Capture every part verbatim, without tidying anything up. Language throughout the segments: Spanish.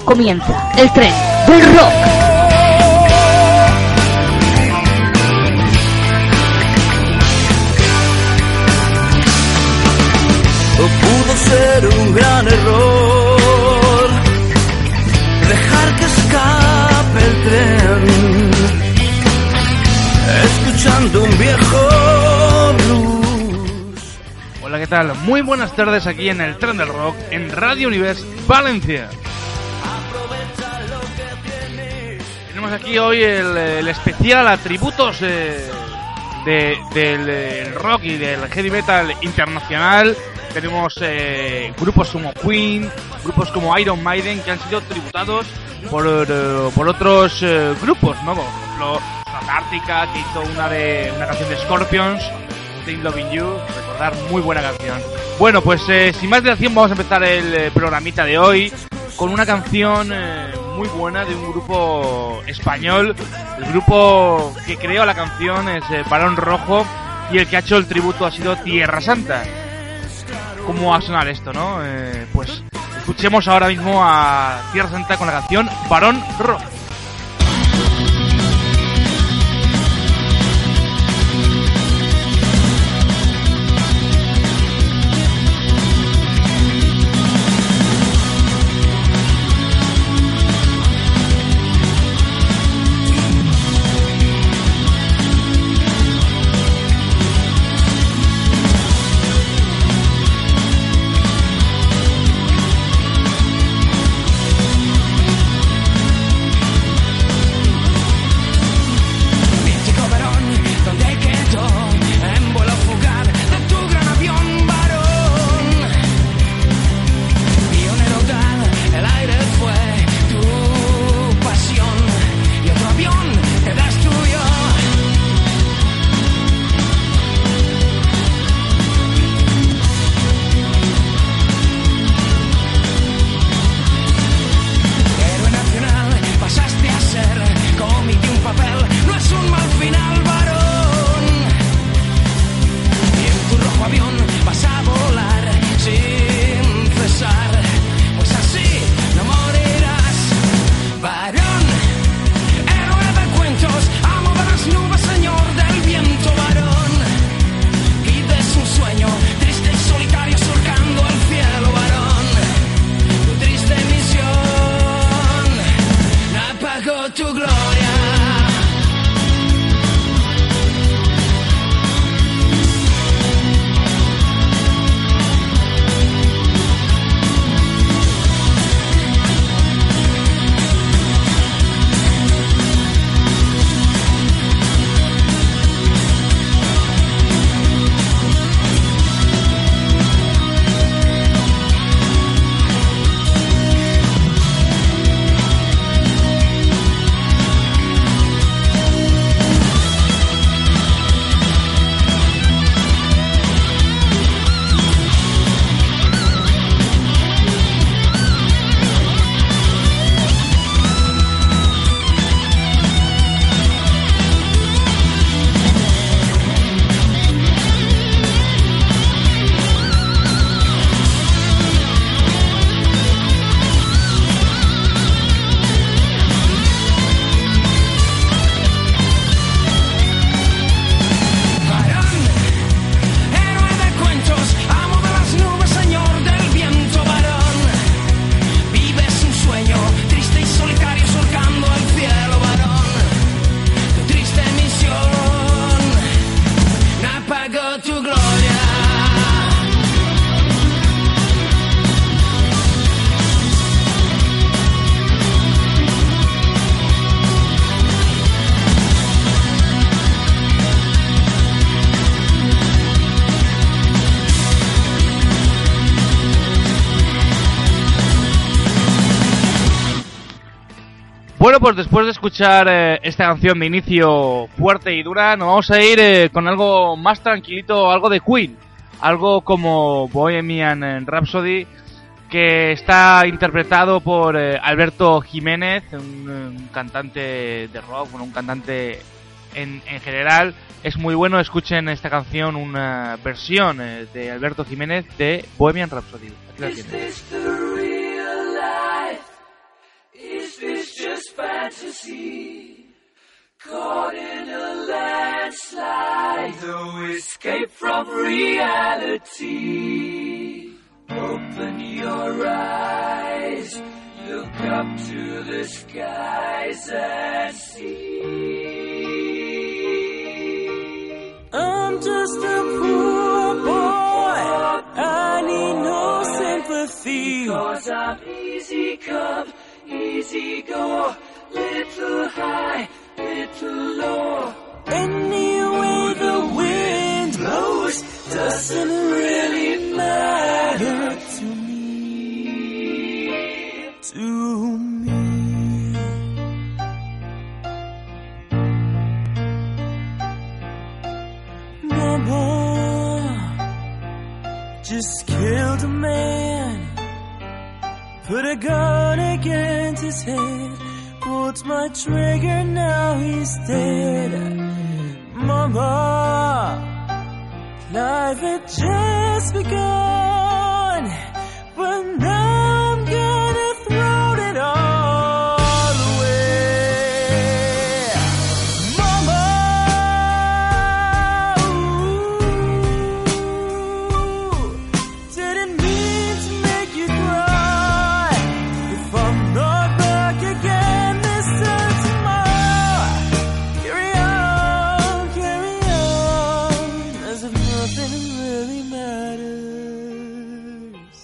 Comienza el tren del rock. Pudo ser un gran error dejar que escape el tren, escuchando un viejo blues. Hola, ¿qué tal? Muy buenas tardes aquí en el Tren del Rock en Radio Universe Valencia. Tenemos aquí hoy el, el especial a tributos eh, de, del, del rock y del heavy metal internacional. Tenemos eh, grupos como Queen, grupos como Iron Maiden, que han sido tributados por, uh, por otros uh, grupos, ¿no? Por ejemplo, Antarctica, que hizo una de una canción de Scorpions, Still Loving You, recordar, muy buena canción. Bueno, pues eh, sin más dilación vamos a empezar el eh, programita de hoy con una canción eh, muy buena de un grupo español. El grupo que creó la canción es eh, Barón Rojo y el que ha hecho el tributo ha sido Tierra Santa. ¿Cómo va a sonar esto, no? Eh, pues escuchemos ahora mismo a Tierra Santa con la canción Barón Rojo. Bueno, pues después de escuchar eh, esta canción de inicio fuerte y dura, nos vamos a ir eh, con algo más tranquilito, algo de Queen. Algo como Bohemian Rhapsody, que está interpretado por eh, Alberto Jiménez, un, un cantante de rock, bueno, un cantante en, en general. Es muy bueno, escuchen esta canción, una versión eh, de Alberto Jiménez de Bohemian Rhapsody. Aquí la tienen. fantasy, caught in a landslide, no escape from reality. Open your eyes, look up to the skies and see. I'm just a poor boy, I need no sympathy, 'cause I'm easy come, easy go, little high, little low. Any way the wind blows doesn't really matter to me, to me. Mama just killed a man, put a gun against his head, pulled my trigger, now he's dead. Mama, life had just begun, but now I'm gonna throw it all away. Mama, ooh, didn't mean to make you cry. If I'm not back again this time tomorrow, carry on, carry on, as if nothing really matters.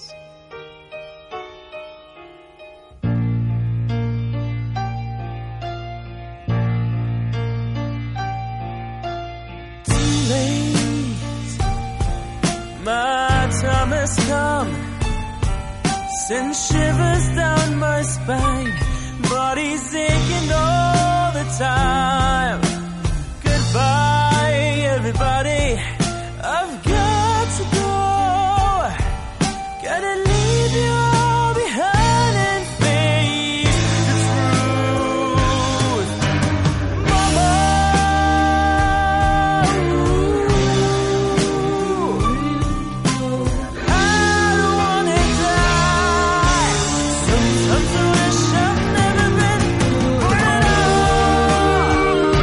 Too late, my time has come, send shivers down my spine, body's aching all the time. Goodbye, everybody, I've got to go, gotta leave you all behind and face the truth. Mama, ooh, I don't wanna die. Sometimes I wish I've never been born at all.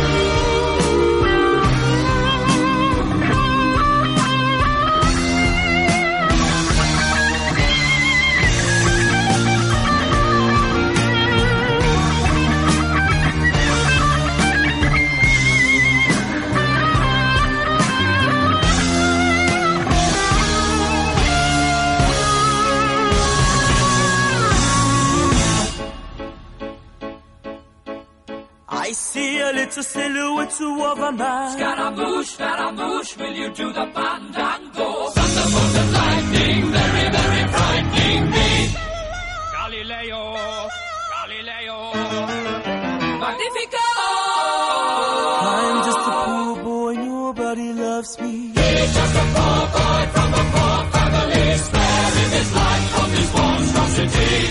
I see a little silhouette of a man. Scaramouche, Scaramouche, will you do the fandango? Thunderbolt and lightning, very, very frightening me. Galileo, Galileo, Magnifico! I'm just a poor boy, nobody loves me. He's just a poor boy from a poor family, sparing his life from this monstrosity.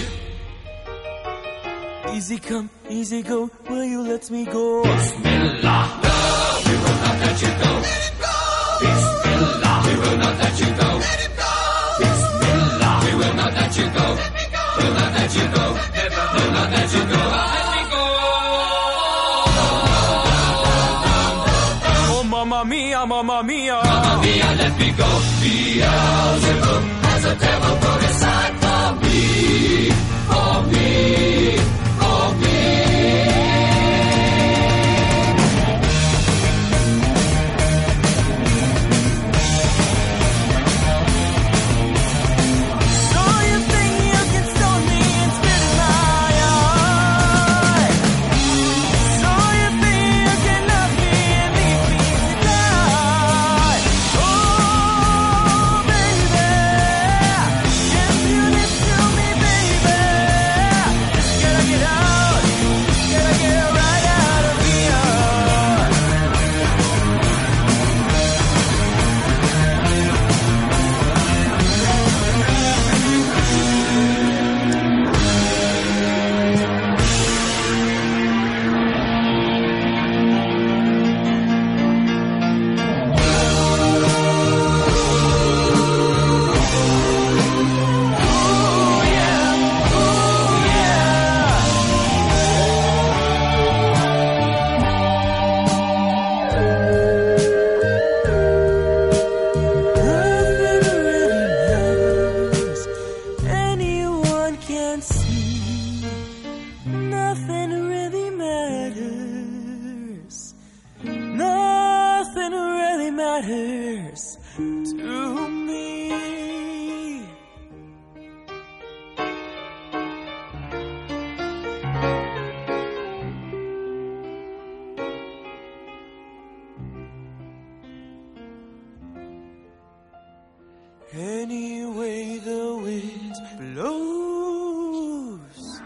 Easy come, easy go, will you let me go? Bismillah, no, we will not let you go. Let it go! Bismillah, we will not let you go. Let it go! Bismillah, we will not let you go. Let me go! We'll not let you go. Never, will not let you go. Let me go! Oh, mamma mia, mamma mia. Mamma mia, let me go. Beelzebub has a devil put aside for me, for me, for me. So you think you can stone me and spit in my eye? So you think you can love me and leave me to die? Oh, baby, can you listen to me, baby? Nothing really matters. Nothing really matters to me. Any way the wind blows.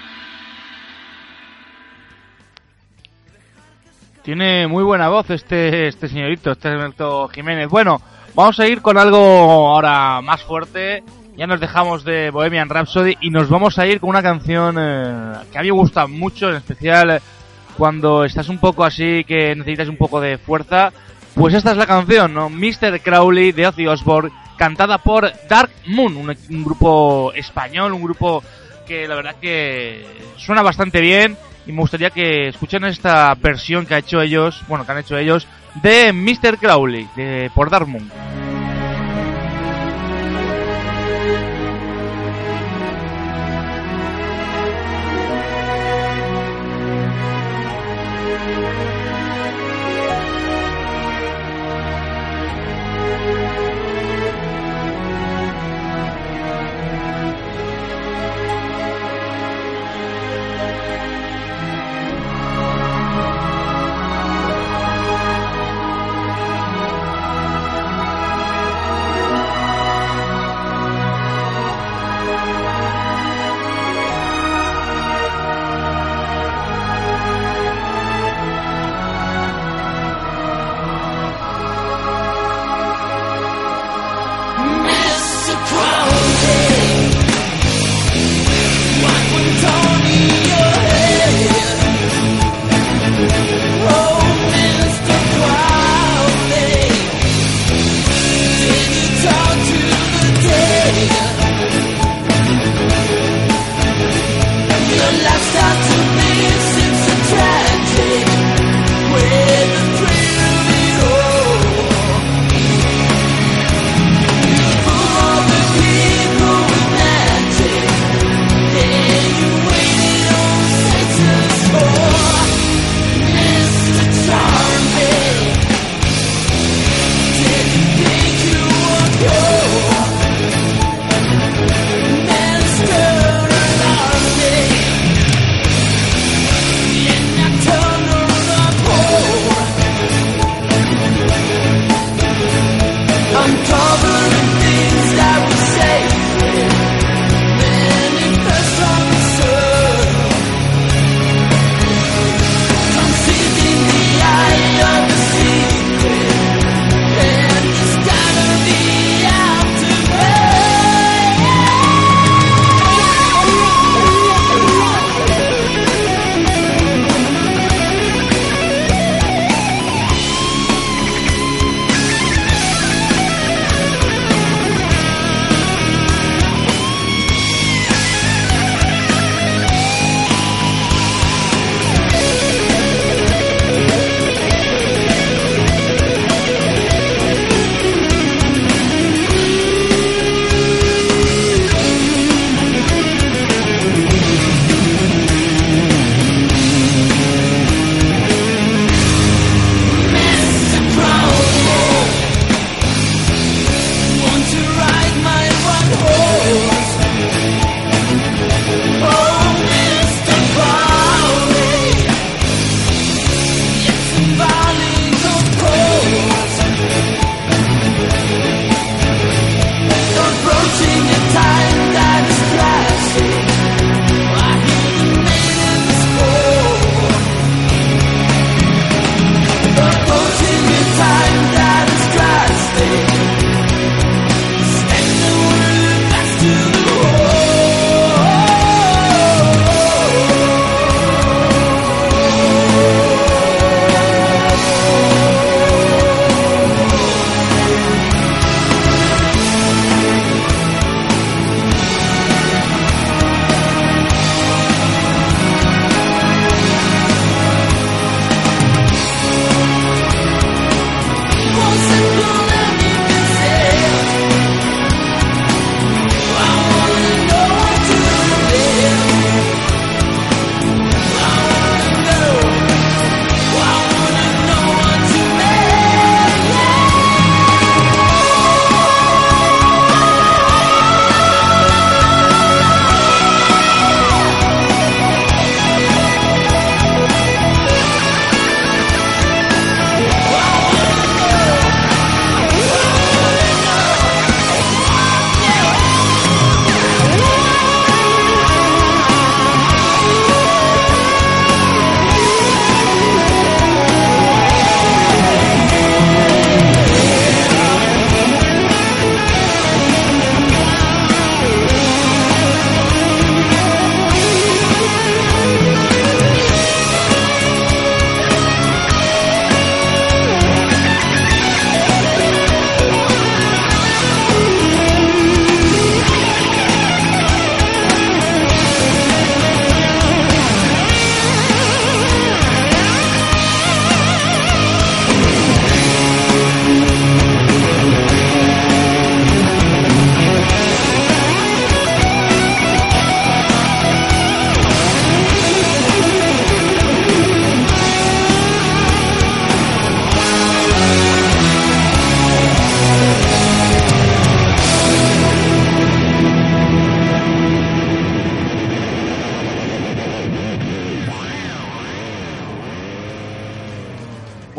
Tiene muy buena voz este este señorito, este Alberto Jiménez. Bueno, vamos a ir con algo ahora más fuerte. Ya nos dejamos de Bohemian Rhapsody y nos vamos a ir con una canción eh, que a mí me gusta mucho, en especial eh, cuando estás un poco así, que necesitas un poco de fuerza. Pues esta es la canción, ¿no? mister Crowley de Ozzy Osbourne, cantada por Dark Moon, un, un grupo español, un grupo que la verdad que suena bastante bien, y me gustaría que escuchen esta versión que ha hecho ellos, bueno, que han hecho ellos, de mister Crowley, de, por Dark Moon.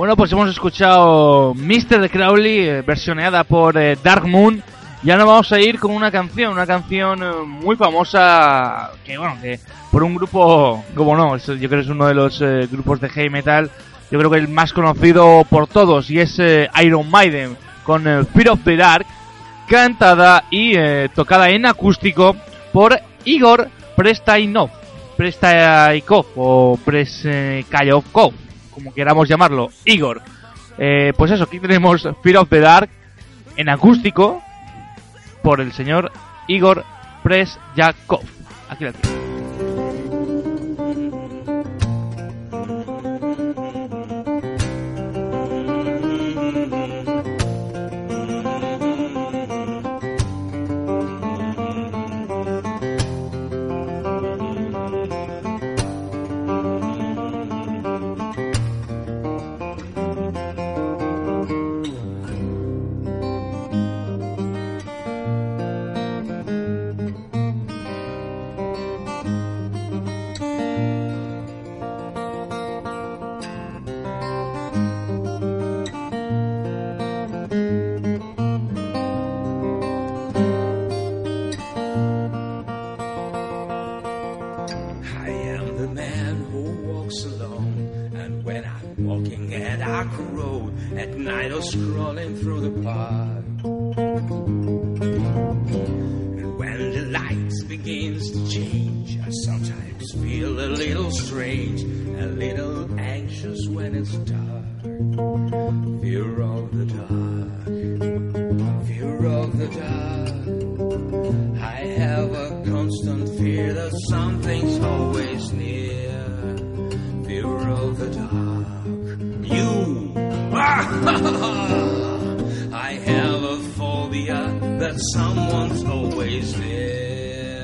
Bueno, pues hemos escuchado mister Crowley, eh, versioneada por eh, Dark Moon. Ya nos vamos a ir con una canción, una canción eh, muy famosa, que bueno, que por un grupo, como no, es- yo creo que es uno de los eh, grupos de heavy metal, yo creo que el más conocido por todos, y es eh, Iron Maiden, con eh, Fear of the Dark, cantada y eh, tocada en acústico por Igor Prestainov, Prestaikov o Preskayokov, como queramos llamarlo, Igor. Eh, pues eso, aquí tenemos Fear of the Dark en acústico por el señor Igor Preskayakov. Aquí la tengo. I am the man who walks alone, and when I'm walking a dark road at night or scrolling through the park, and when the light begins to change, I sometimes feel a little strange, a little anxious when it's dark. Fear of the dark, fear of the dark. I have a constant fear that something's always near. Fear of the dark. You! I have a phobia that someone's always there.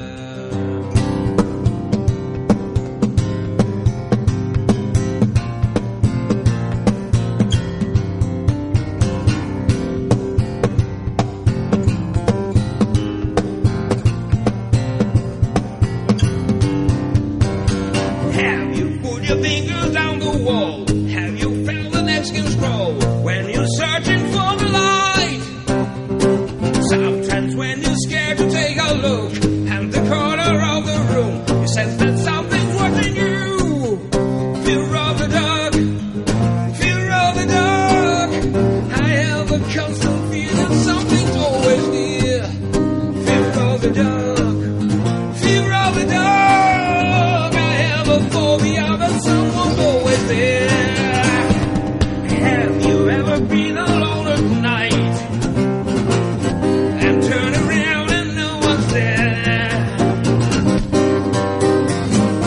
Have you put your fingers down the wall? Have you felt the next skin scroll when you're searching for the light? Sometimes when you're scared to take a look at the corner of the room, you sense that something's watching you. Fear of the dark, fear of the dark. I have a constant fear that something's always near. Fear of the dark, fear of the dark. Phobia that someone's always there. Have you ever been alone at night and turn around and no one's there?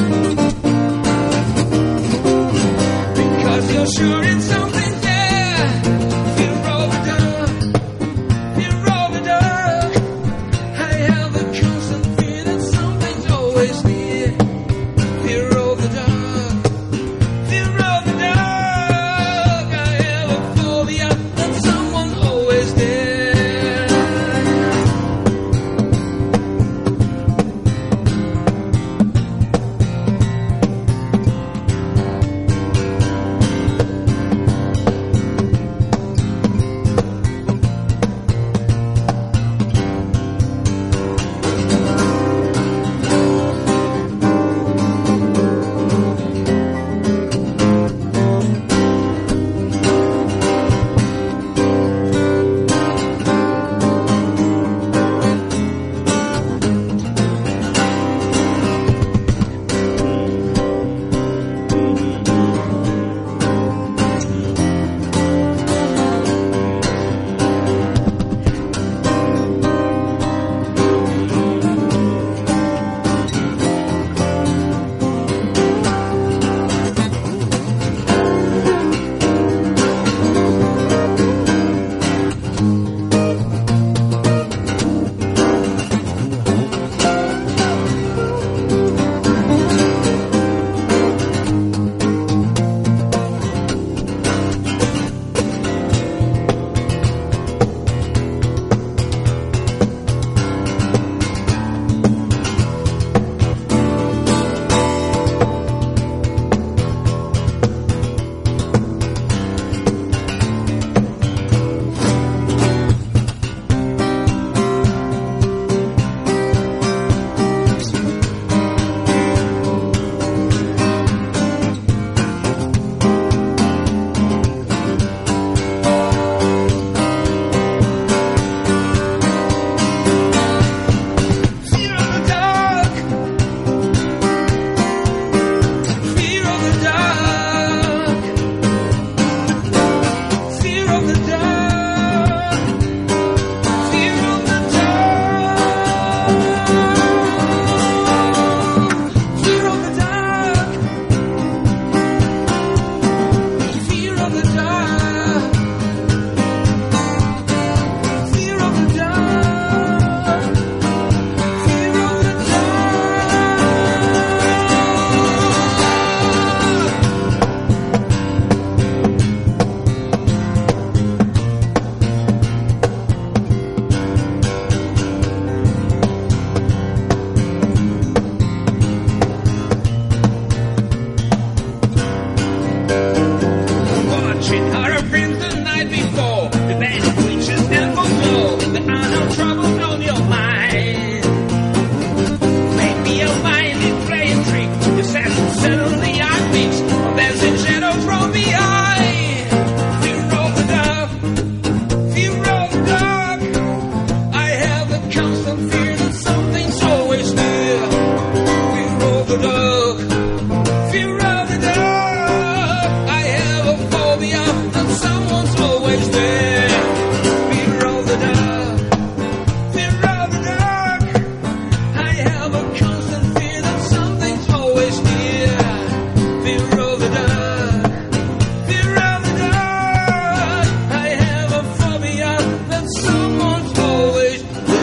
the dark, fear of the dark. I have a phobia that someone's always there. Fear of the dark, fear of the dark. I have a constant fear that something's always near. Fear of the dark, fear of the dark. I have a phobia that someone's always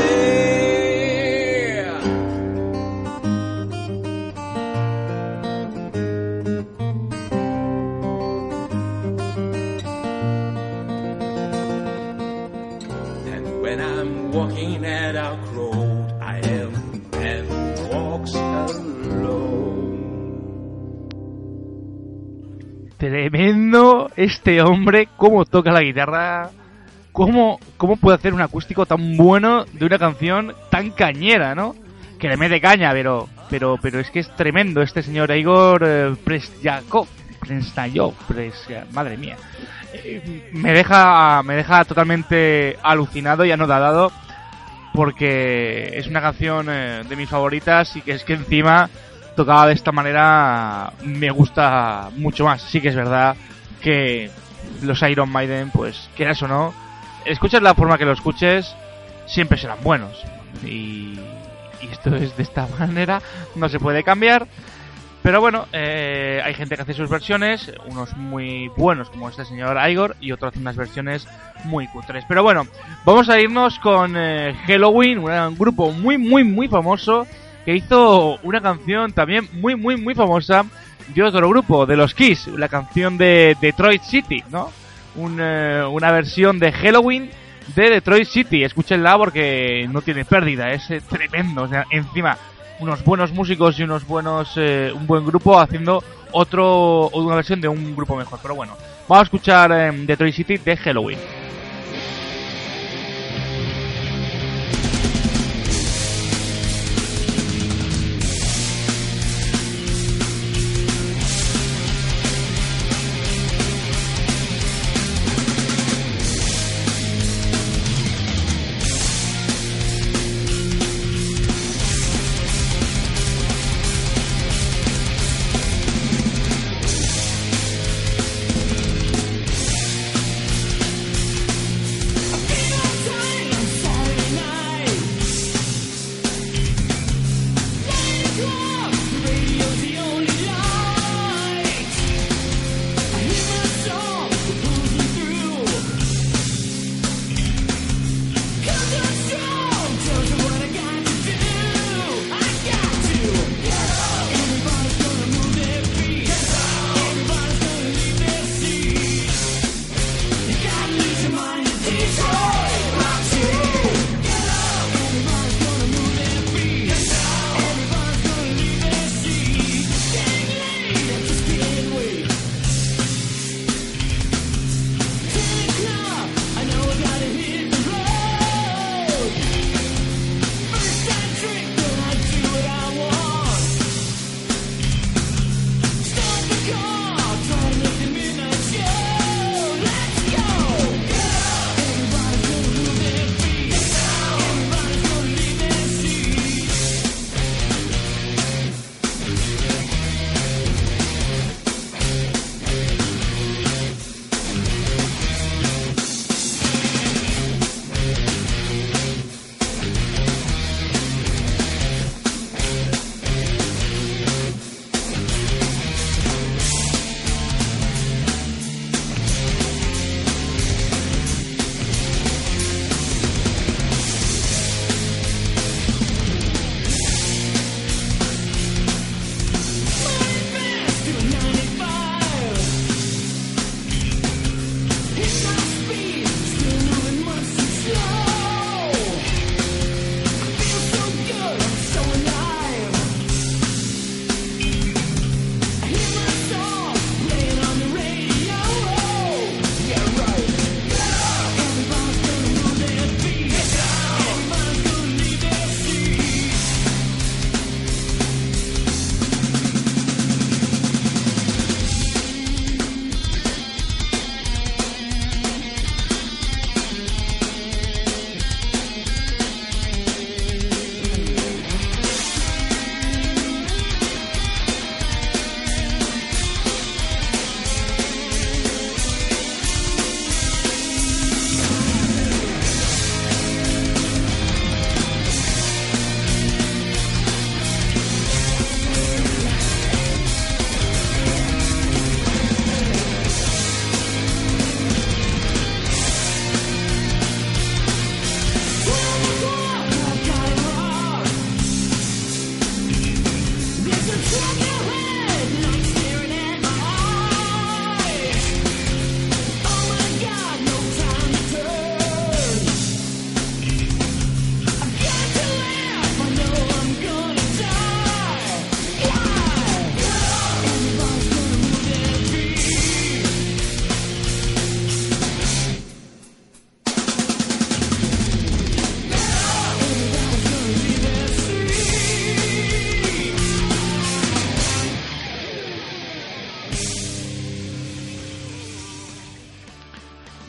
there. And when I'm walking at our road, I am the man who walks alone. Tremendo este hombre, cómo toca la guitarra, cómo, cómo puede hacer un acústico tan bueno de una canción tan cañera, ¿no? Que le mete caña, pero pero pero es que es tremendo este señor Igor eh, Presjakov, Presnayov, Pres, madre mía. Eh, me deja me deja totalmente alucinado y anodadado porque es una canción eh, de mis favoritas y que es que encima tocada de esta manera me gusta mucho más. Sí que es verdad que los Iron Maiden, pues quieras o no, escuches la forma que lo escuches, siempre serán buenos. Y, y esto es de esta manera, no se puede cambiar. Pero bueno, eh, hay gente que hace sus versiones, unos muy buenos como este señor Igor y otros unas versiones muy cutres. Pero bueno, vamos a irnos con eh, Helloween, un grupo muy muy muy famoso que hizo una canción también muy muy muy famosa de otro grupo, de los Kiss, la canción de Detroit City, ¿no? Un, eh, una versión de Helloween de Detroit City. Escúchenla porque no tiene pérdida, es eh, tremendo. O sea, encima unos buenos músicos y unos buenos eh, un buen grupo haciendo otro una versión de un grupo mejor. Pero bueno, vamos a escuchar eh, Detroit City de Helloween.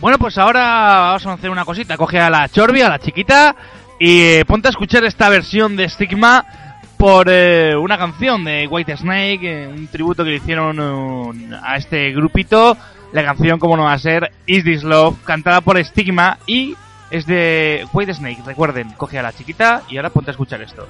Bueno, pues ahora vamos a hacer una cosita. Coge a la Chorbi, a la chiquita, y eh, ponte a escuchar esta versión de Stigma por eh, una canción de White Snake, eh, un tributo que le hicieron uh, a este grupito. La canción, como no va a ser, Is This Love, cantada por Stigma, y es de White Snake. Recuerden, coge a la chiquita y ahora ponte a escuchar esto.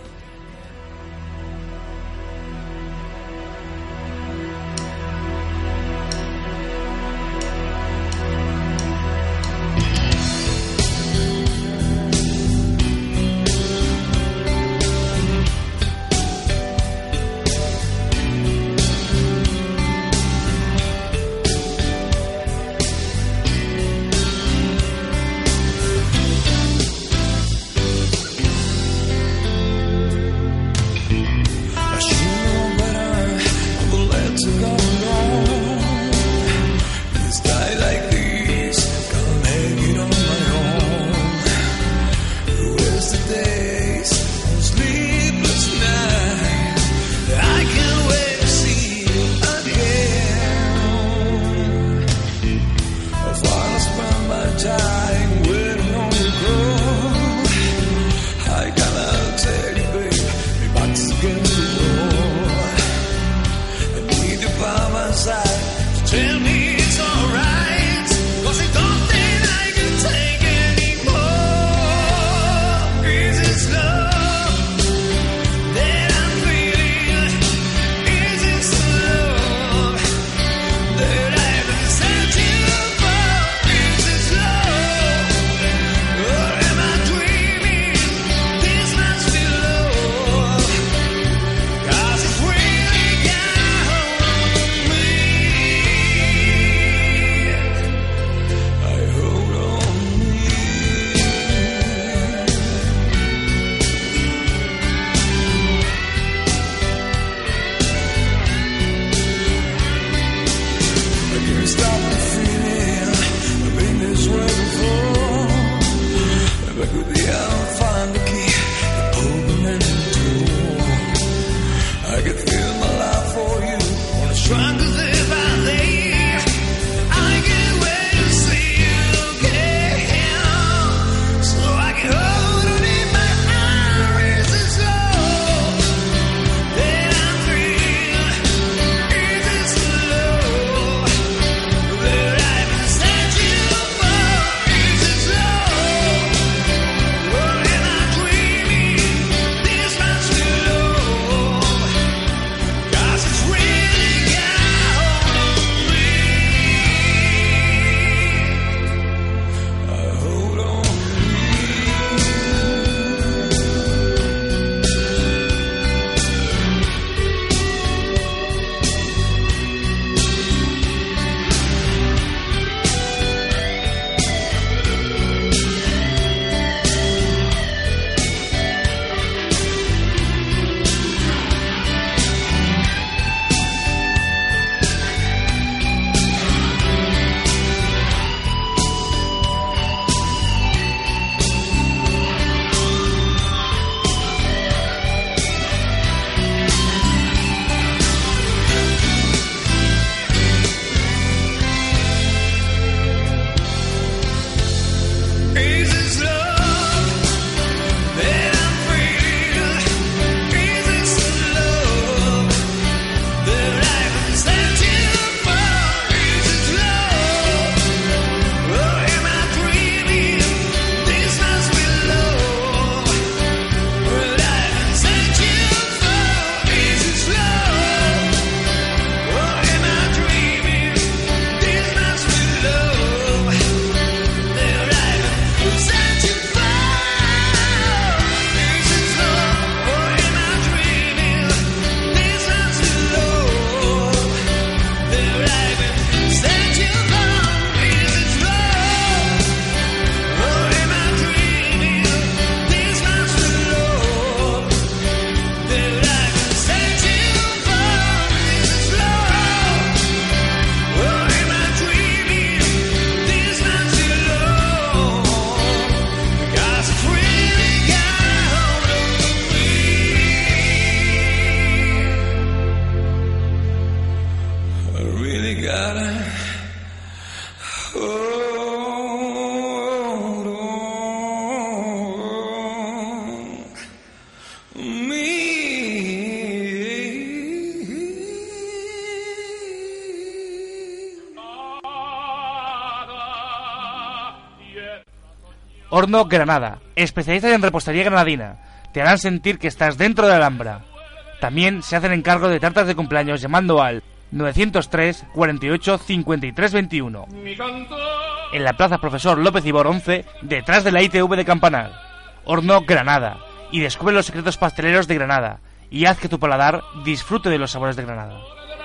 Horno Granada, especialistas en repostería granadina. Te harán sentir que estás dentro de la Alhambra. También se hacen encargo de tartas de cumpleaños llamando al novecientos tres, cuarenta y ocho, cincuenta y tres veintiuno. En la Plaza Profesor López Ibor once, detrás de la I T V de Campanar. Horno Granada. Y descubre los secretos pasteleros de Granada. Y haz que tu paladar disfrute de los sabores de Granada.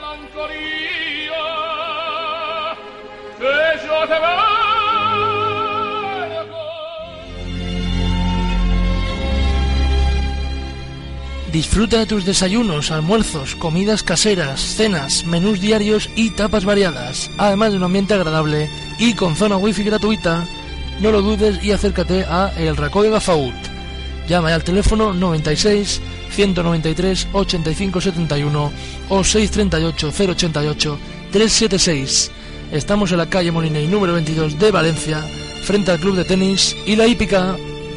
Disfruta de tus desayunos, almuerzos, comidas caseras, cenas, menús diarios y tapas variadas, además de un ambiente agradable y con zona wifi gratuita. No lo dudes y acércate a El Racó de Gafaut. Llama al teléfono noventa y seis, ciento noventa y tres, ochenta y cinco setenta y uno o seiscientos treinta y ocho, cero ochenta y ocho, trescientos setenta y seis. Estamos en la calle Moliney número veintidós de Valencia, frente al Club de Tenis y la Hípica.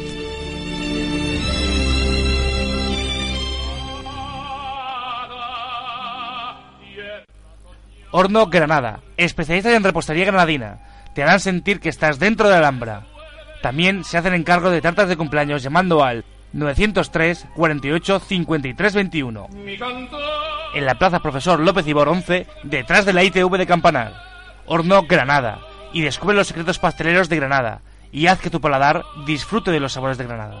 Horno Granada, especialistas en repostería granadina. Te harán sentir que estás dentro de la Alhambra. También se hacen encargo de tartas de cumpleaños llamando al novecientos tres, cuarenta y ocho, cincuenta y tres veintiuno. En la Plaza Profesor López Ibor once, detrás de la I T V de Campanar. Horno Granada. Y descubre los secretos pasteleros de Granada. Y haz que tu paladar disfrute de los sabores de Granada.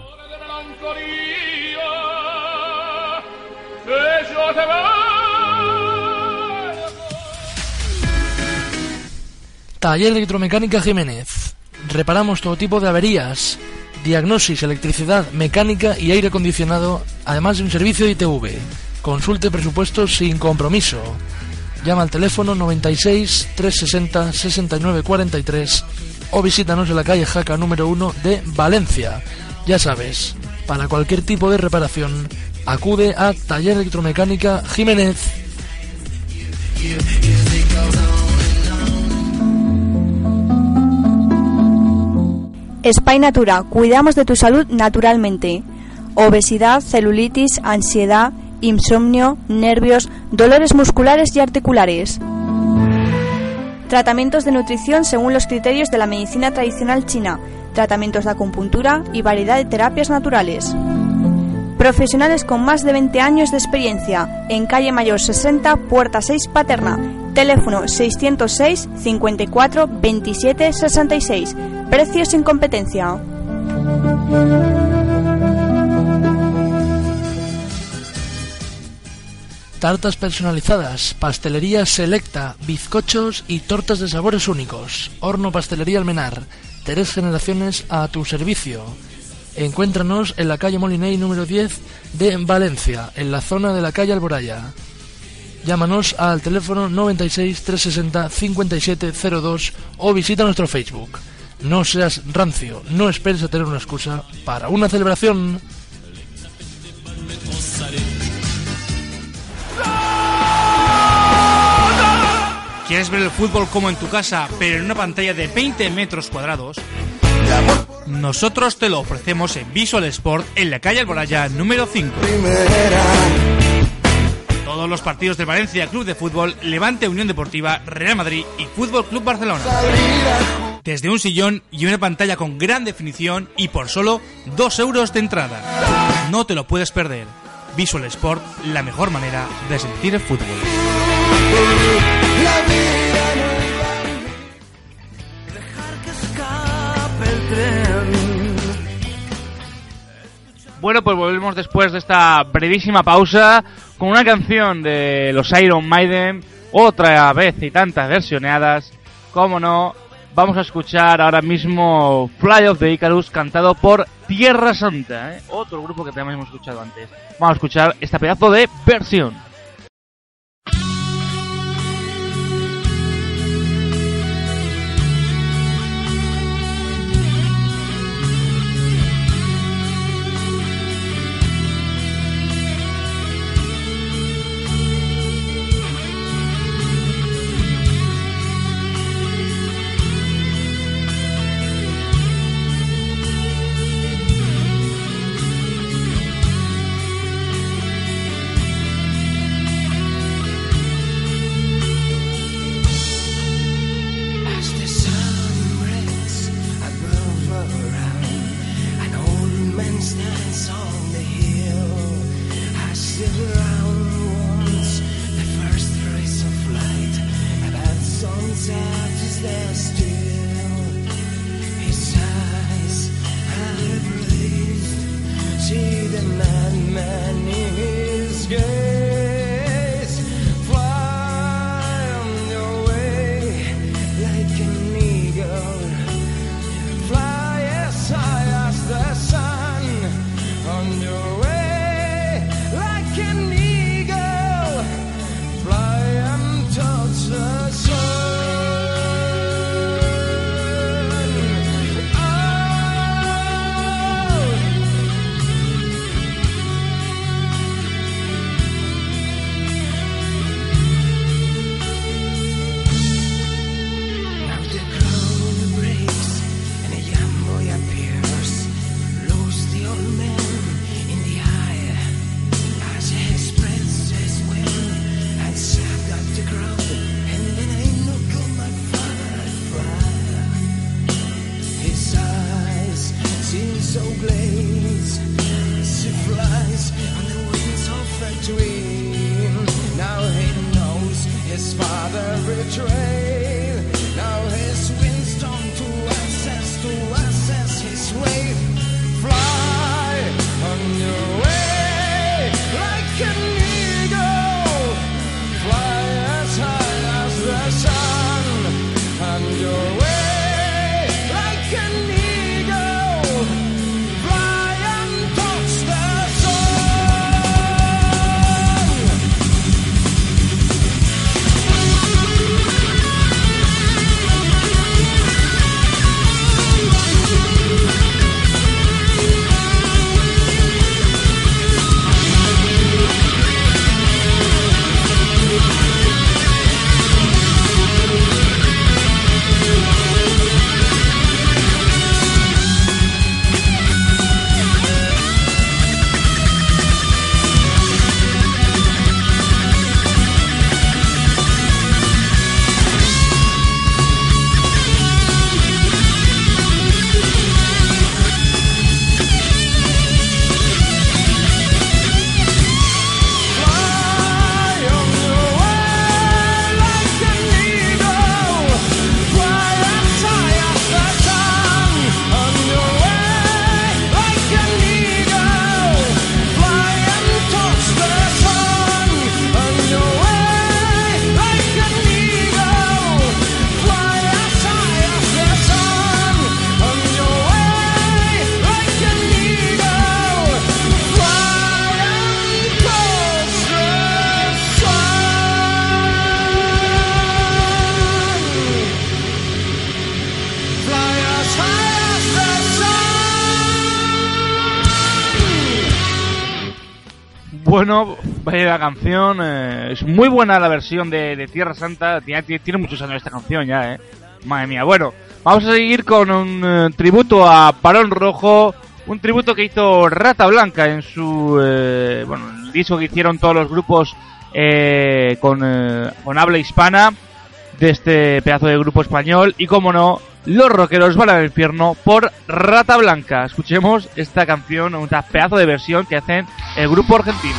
Taller Electromecánica Jiménez. Reparamos todo tipo de averías, diagnosis, electricidad, mecánica y aire acondicionado, además de un servicio de I T V. Consulte presupuestos sin compromiso. Llama al teléfono noventa y seis, trescientos sesenta, sesenta y nueve cuarenta y tres o visítanos en la calle Jaca número uno de Valencia. Ya sabes, para cualquier tipo de reparación, acude a Taller Electromecánica Jiménez. Spy Natura, cuidamos de tu salud naturalmente. Obesidad, celulitis, ansiedad, insomnio, nervios, dolores musculares y articulares. Tratamientos de nutrición según los criterios de la medicina tradicional china, tratamientos de acupuntura y variedad de terapias naturales. Profesionales con más de veinte años de experiencia, en calle Mayor sesenta, puerta seis Paterna, teléfono seiscientos seis, cincuenta y cuatro, veintisiete, sesenta y seis, precio sin competencia. Tartas personalizadas, pastelería selecta, bizcochos y tortas de sabores únicos. Horno Pastelería Almenar, tres generaciones a tu servicio. Encuéntranos en la calle Moliney número diez de Valencia, en la zona de la calle Alboraya. Llámanos al teléfono noventa y seis, trescientos sesenta, cincuenta y siete cero dos o visita nuestro Facebook. No seas rancio, no esperes a tener una excusa para una celebración. ¿Quieres ver el fútbol como en tu casa, pero en una pantalla de veinte metros cuadrados? Nosotros te lo ofrecemos en Visual Sport en la calle Alboraya número cinco. Todos los partidos de Valencia Club de Fútbol, Levante Unión Deportiva, Real Madrid y Fútbol Club Barcelona. Desde un sillón y una pantalla con gran definición y por solo dos euros de entrada. No te lo puedes perder. Visual Sport, la mejor manera de sentir el fútbol. Bueno, pues volvemos después de esta brevísima pausa con una canción de los Iron Maiden, otra vez y tantas versioneadas, como no. Vamos a escuchar ahora mismo Fly of the Icarus, cantado por Tierra Santa, ¿eh? Otro grupo que también hemos escuchado antes. Vamos a escuchar esta pedazo de versión. the madman in his gaze. Fly on your way like an eagle. Fly as high as the sun. On your way like an eagle. Fly and touch the sun. Now the crowd breaks and a young boy appears. Lose the old man in the eye as he spreads his wing and sat at the ground. And then I look on my father fire. His eyes seem so glazed as he flies on the wings of a dream. Now he knows his father betrayed. Now his wings turn to access, to access his wave. Fly on your way like an eagle. Fly as high as the sun. On your way like an eagle. Fly and touch the sun. Fly on your way like an eagle. Fly as high as the sun. On your way like an eagle. Fly and touch the sun. On your way like an eagle. Fly as high as the sun. On your way like an eagle. Fly and touch the sun. Fly as high as the sun. Bueno, vaya la canción. eh, es muy buena la versión de, de Tierra Santa. Tiene, tiene- tiene muchos años esta canción ya, eh. Madre mía. Bueno, vamos a seguir con un eh, tributo a Barón Rojo. Un tributo que hizo Rata Blanca en su. eh, bueno, el disco que hicieron todos los grupos eh, con, eh, con habla hispana de este pedazo de grupo español. Y como no, los rockeros van al infierno por Rata Blanca. Escuchemos esta canción, un pedazo de versión que hacen el grupo argentino.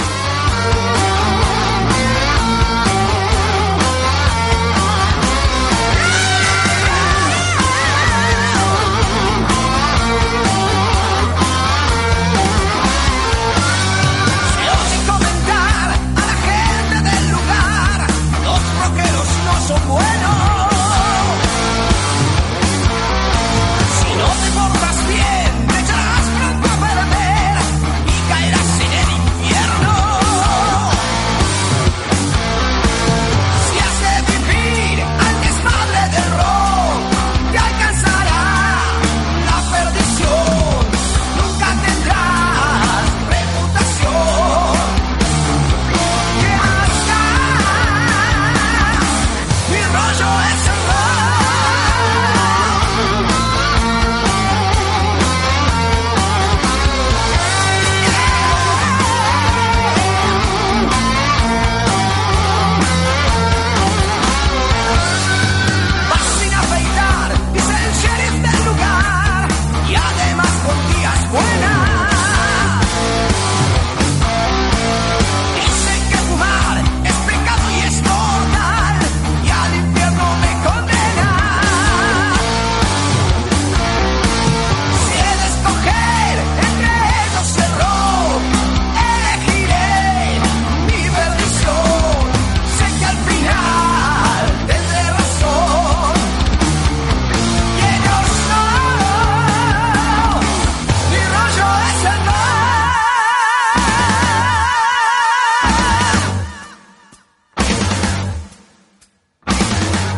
Se oye comentar a la gente del lugar, los rockeros no son buenos. Si no te portas bien, te echarás pronto a perder y caerás en el infierno.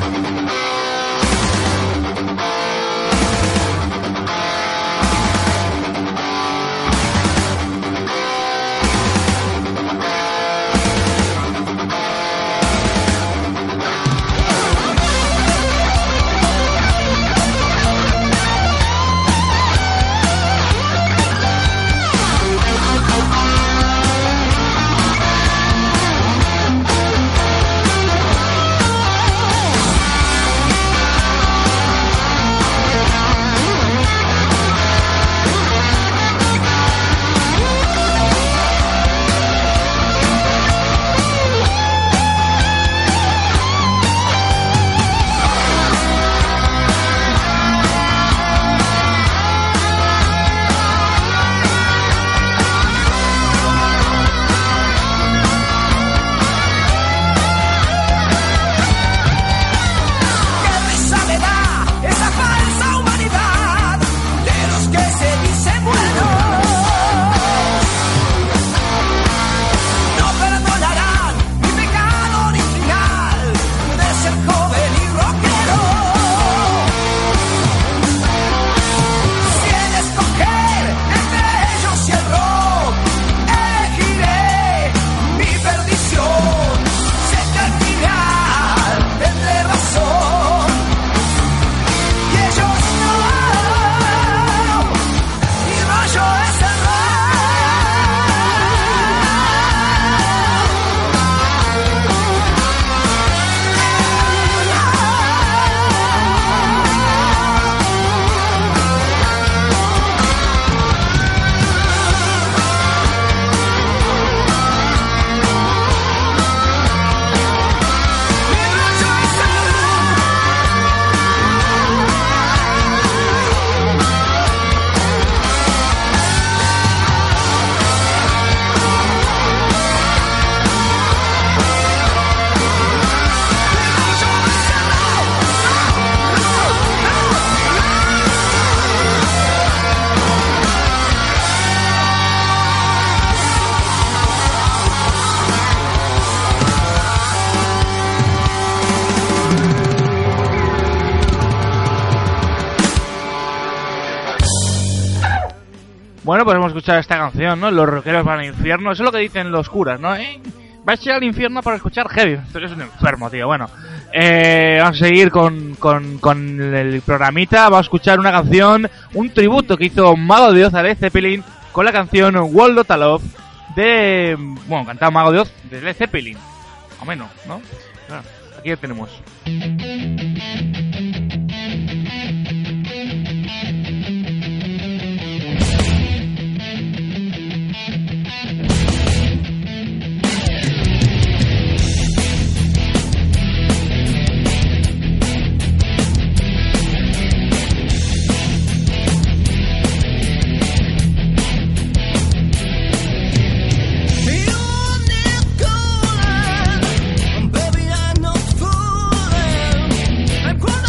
Bueno, pues hemos escuchado esta canción, ¿no? Los rockeros van al infierno. Eso es lo que dicen los curas, ¿no? ¿Eh? Vais a ir al infierno para escuchar heavy. Esto es un enfermo, tío. Bueno, eh, vamos a seguir con, con, con el programita. Vamos a escuchar una canción, un tributo que hizo Mago de Oz a Led Zeppelin con la canción World of Love de... Bueno, cantado Mago de Oz de Led Zeppelin. O menos, ¿no? Bueno, aquí lo tenemos. Baby, I'm not fooling. I'm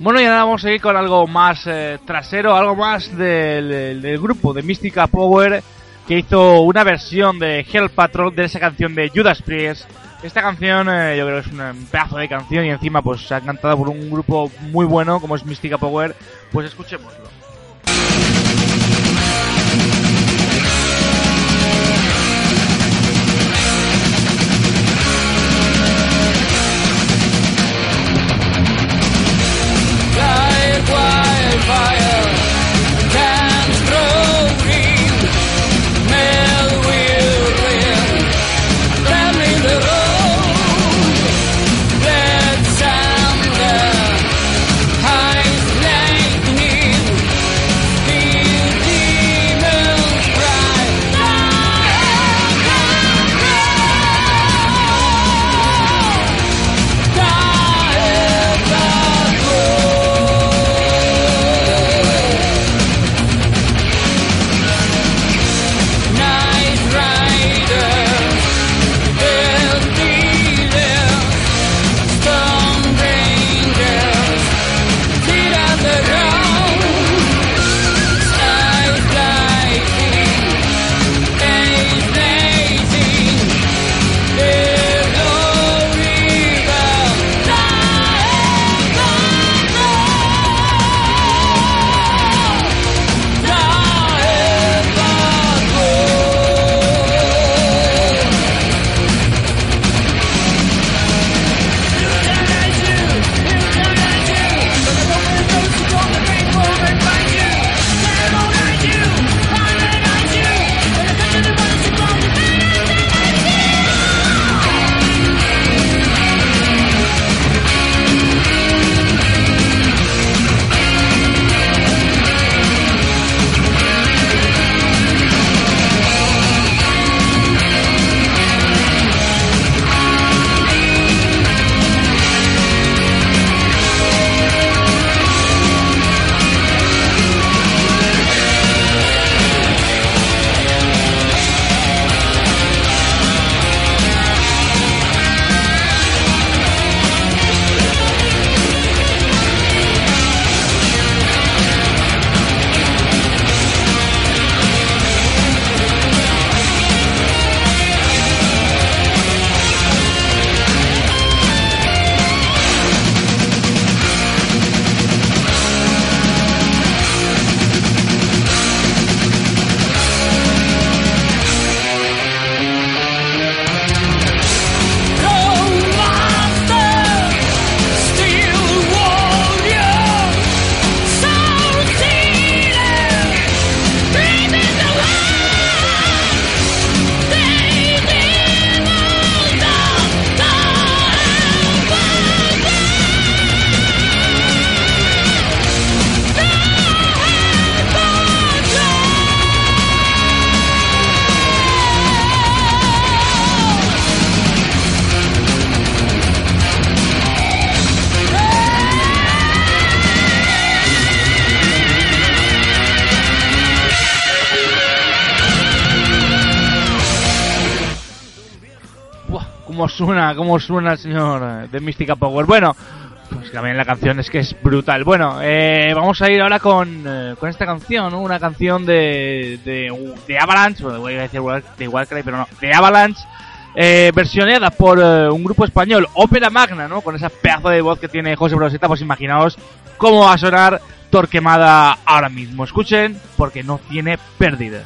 Bueno, y ahora vamos a seguir con algo más eh, trasero, algo más del, del grupo de Mystica Power, que hizo una versión de Hell Patrol de esa canción de Judas Priest. Esta canción eh, yo creo que es un pedazo de canción y encima pues se ha cantado por un grupo muy bueno como es Mystica Power. Pues escuchémoslo. cómo suena, cómo suena el señor de Mystica Power. Bueno, pues también la canción es que es brutal. Bueno, eh, vamos a ir ahora con, eh, con esta canción, ¿no? Una canción de, de, de Avalanche, bueno, voy a decir de Warcry, pero no, de Avalanche, eh, versioneada por eh, un grupo español, Ópera Magna, ¿no? Con esa pedazo de voz que tiene José Broseta, pues imaginaos cómo va a sonar Torquemada ahora mismo. Escuchen, porque no tiene pérdida.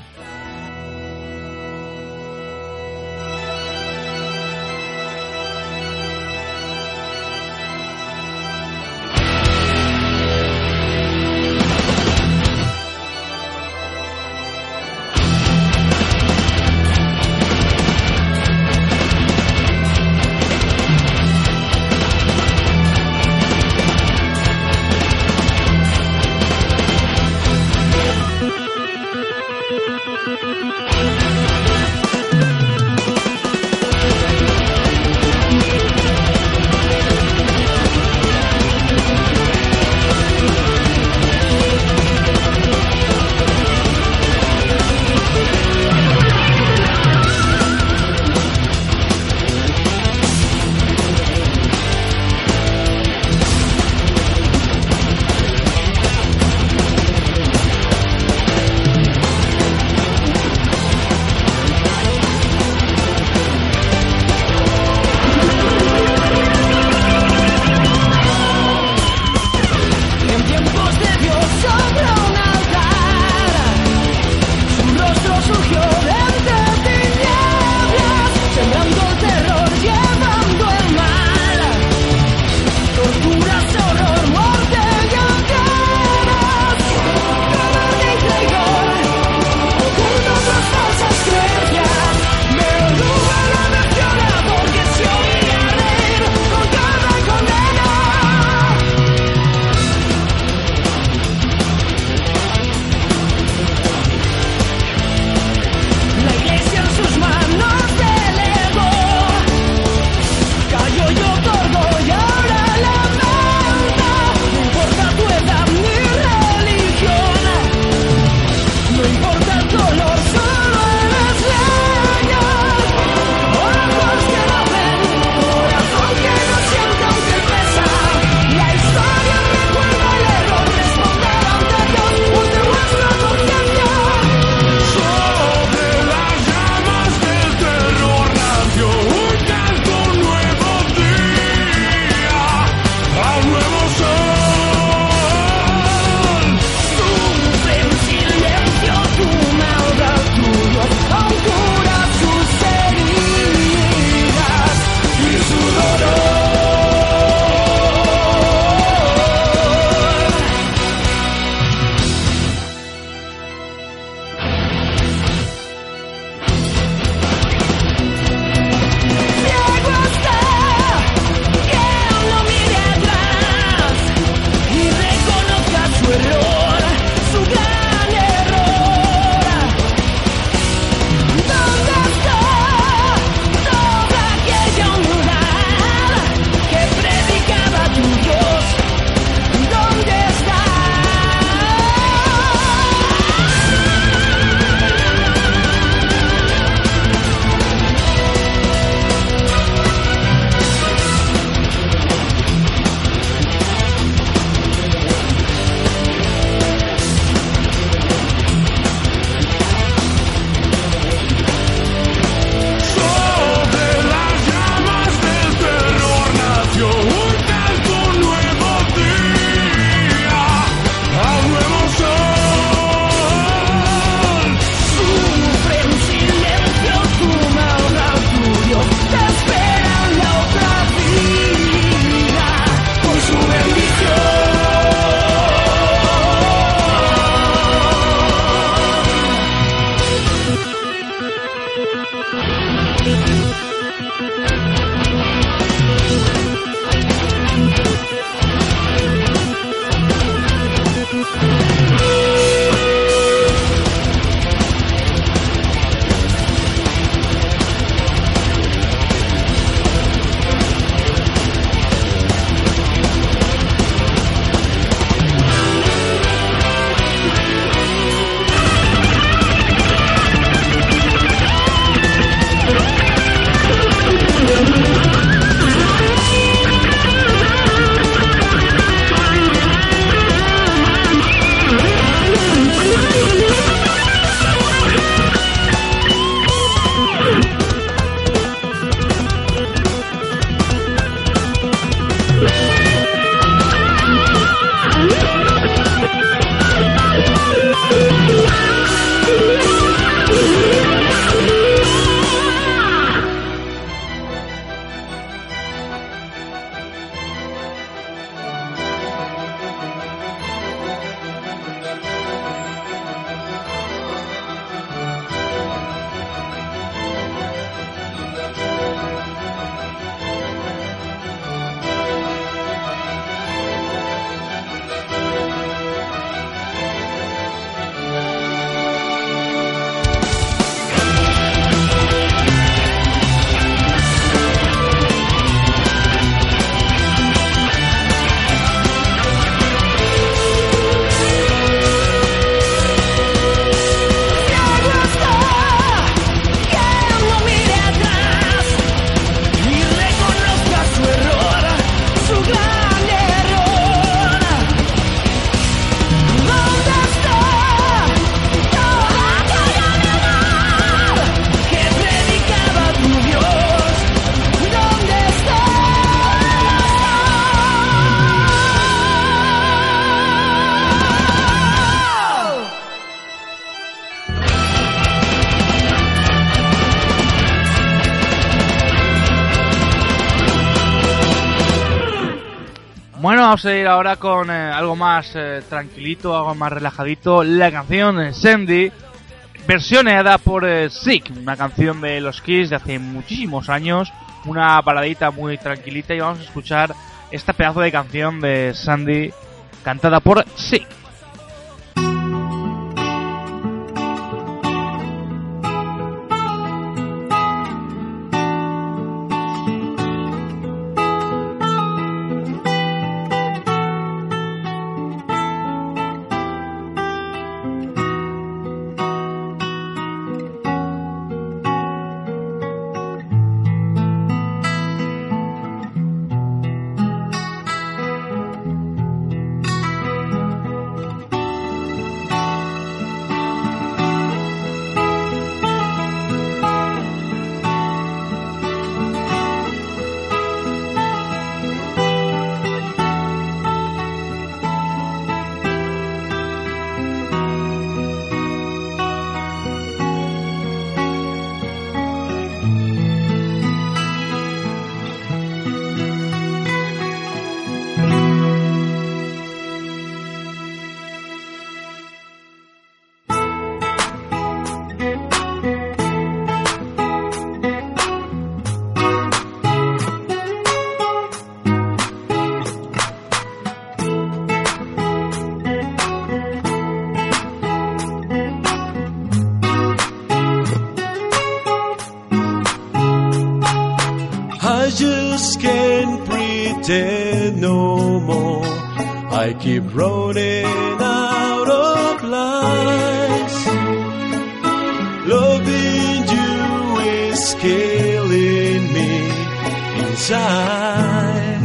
vamos a ir ahora con eh, algo más eh, tranquilito, algo más relajadito. La canción eh, Sandy, versioneada por eh, Sick, una canción de los Kiss de hace muchísimos años, una baladita muy tranquilita, y vamos a escuchar esta pedazo de canción de Sandy cantada por Sick. I just can't pretend no more. I keep running out of lies. Loving you is killing me inside.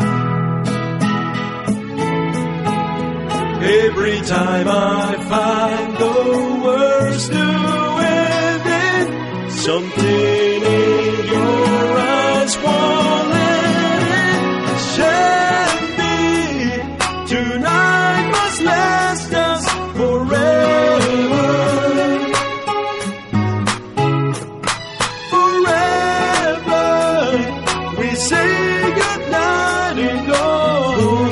Every time I find the words to end it, something in your eyes won't let it shame me. Tonight must last us forever. Forever we say goodnight and go.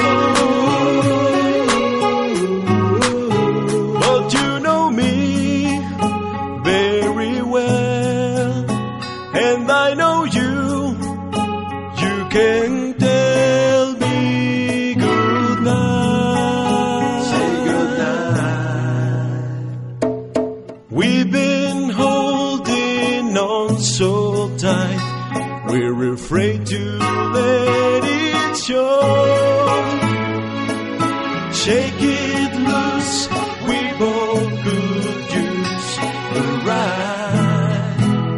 But you know me very well, and I know you. You can tell me good night. Say good night. We've been holding on so tight, we're afraid to let it show. Shake it loose, we both could use a ride.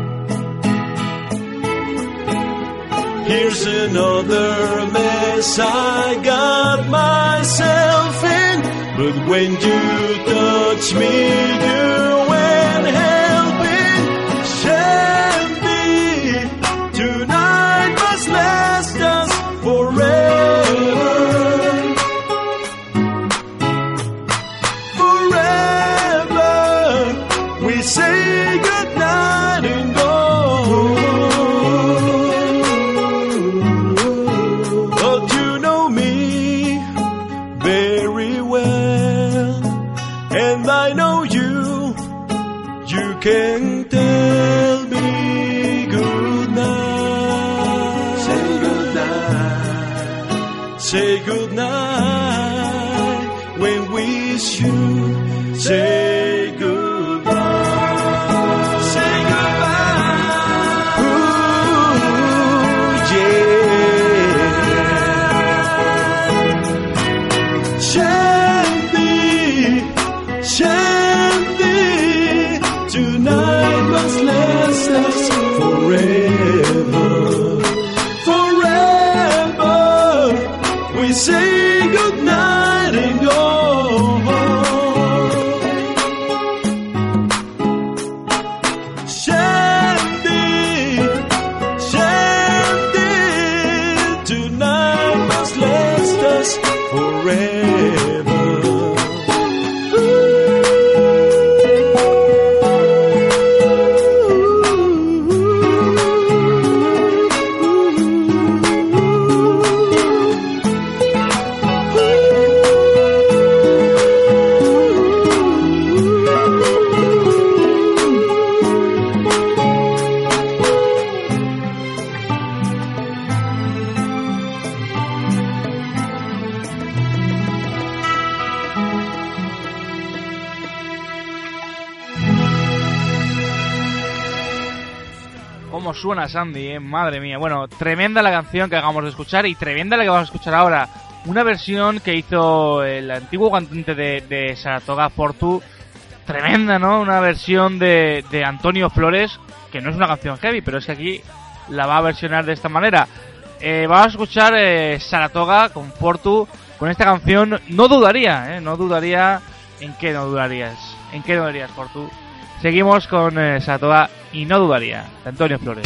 Here's another mess I got myself in, but when you touch me, you ain't helping. Shame me, tonight must last us forever. Forever we say goodnight and go. But you know me very well, and I know you. You can tell me good night. Say good night. Say good night when we should say goodbye. Say goodbye. Ooh, yeah. Shandy, Shandy, tonight must last us forever. Forever we say goodnight and go. Shandy, Shandy, tonight must last us forever. Ooh. cómo suena Sandy, eh, madre mía. Bueno, tremenda la canción que acabamos de escuchar y tremenda la que vamos a escuchar ahora. Una versión que hizo el antiguo cantante de, de Saratoga Fortu. Tremenda, ¿no? Una versión de, de Antonio Flores, que no es una canción heavy, pero es que aquí la va a versionar de esta manera. Eh, vamos a escuchar eh, Saratoga con Fortu, con esta canción. No dudaría, ¿eh? No dudaría. ¿En qué no dudarías? ¿En qué no dudarías, Fortu? Seguimos con eh, Saratoga y No dudaría, de Antonio Flores.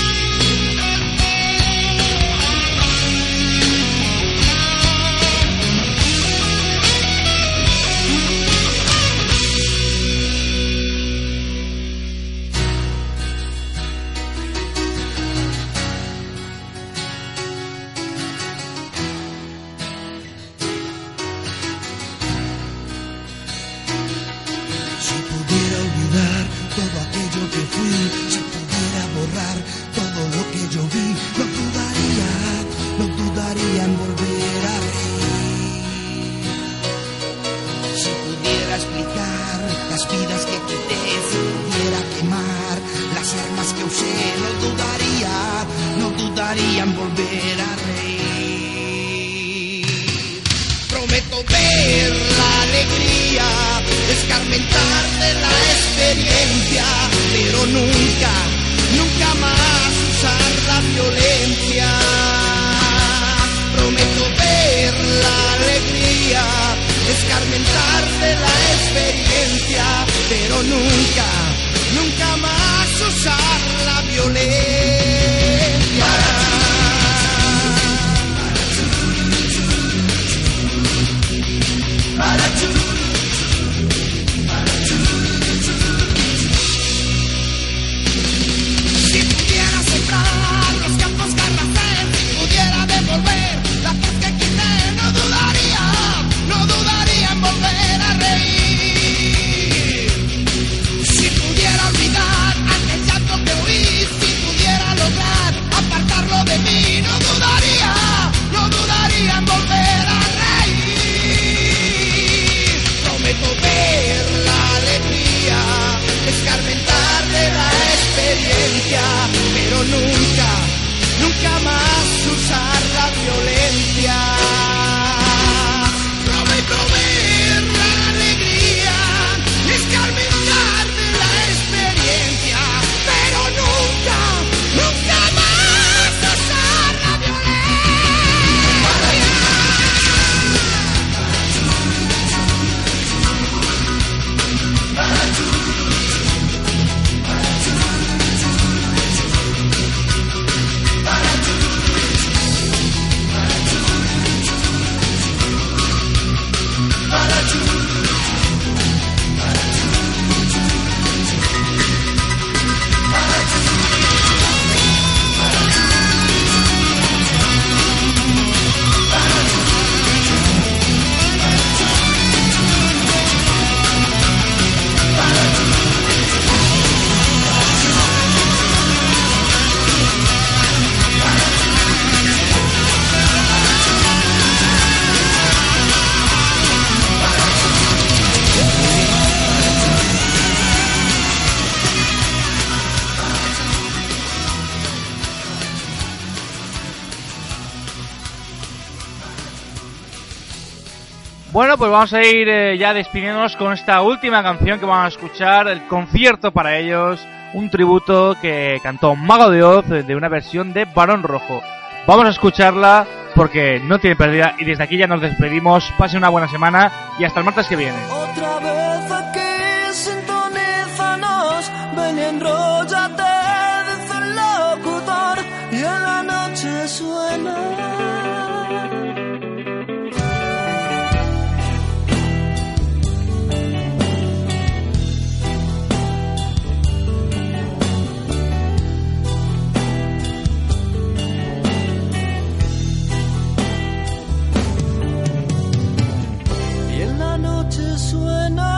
Si pudiera olvidar todo aquello que fui, si pudiera borrar todo lo que yo vi, no dudaría, no dudaría en volver a reír. Si pudiera explicar las vidas que quité, si pudiera quemar las armas que usé, no dudaría, no dudaría en volver a reír. Prometo ver la alegría, escarmentar de la experiencia, pero nunca, nunca más usar la violencia. Prometo ver la alegría, escarmentar de la experiencia, pero nunca, nunca más usar la violencia. Para tú. Si pudiera sembrar los campos carrasel, si pudiera devolver la paz que quité, no dudaría, no dudaría en volver a reír. Si pudiera olvidar aquel llanto que oí, si pudiera lograr apartarlo de mí, no dudaría, no dudaría en volver a reír. Prometo ver la alegría, escarmentar de la experiencia, pero nunca, nunca más usar la violencia. Prometo ver la alegría, escarmentar de la experiencia, pero nunca, nunca más usar la violencia. Para tú. Bueno, pues vamos a ir eh, ya despidiéndonos con esta última canción que vamos a escuchar, el concierto para ellos, un tributo que cantó Mago de Oz de una versión de Barón Rojo. Vamos a escucharla porque no tiene pérdida y desde aquí ya nos despedimos. Pasen una buena semana y hasta el martes que viene. Otra vez aquí sintonízanos, ven y enróllate, dice el locutor, y en la noche suena. Y en la noche suena.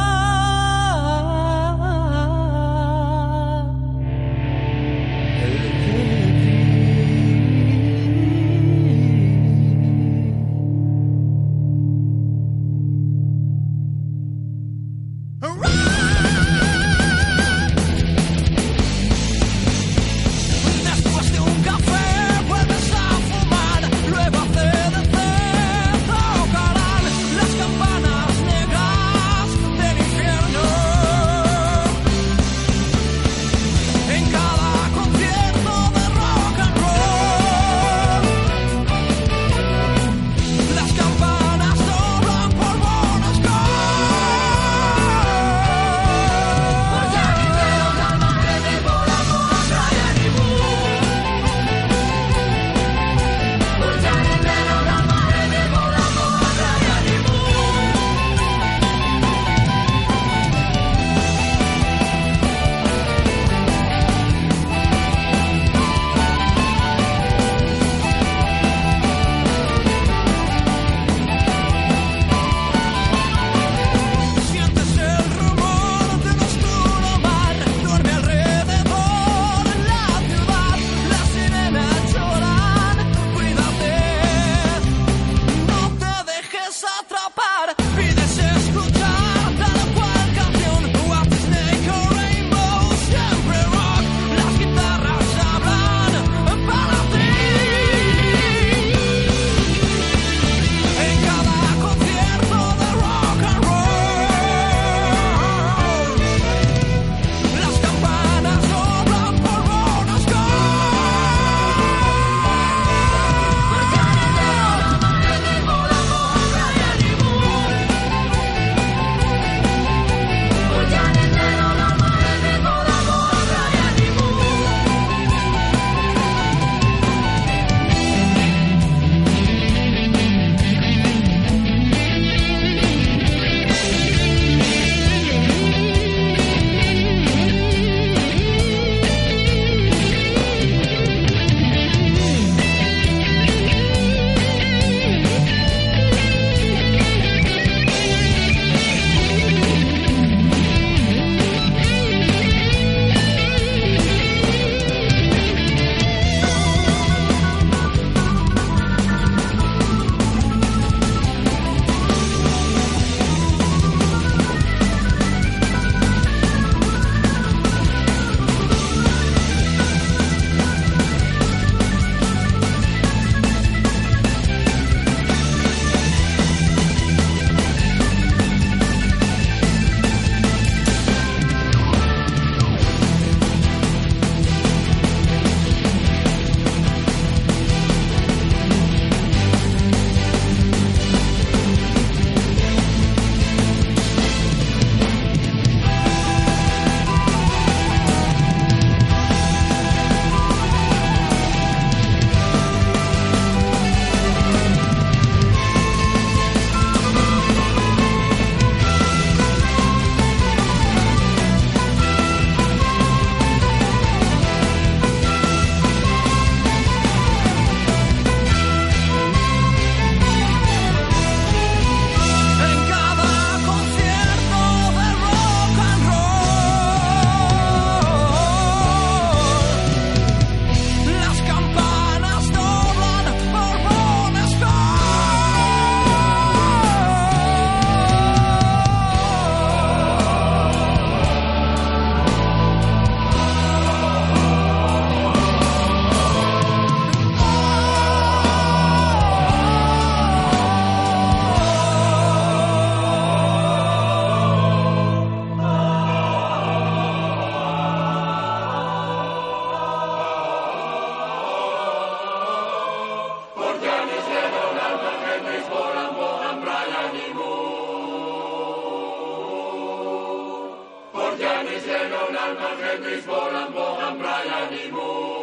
Johannes, Lennon, Alman, Hendrix, Bolan, Bohan, Brian y Moore.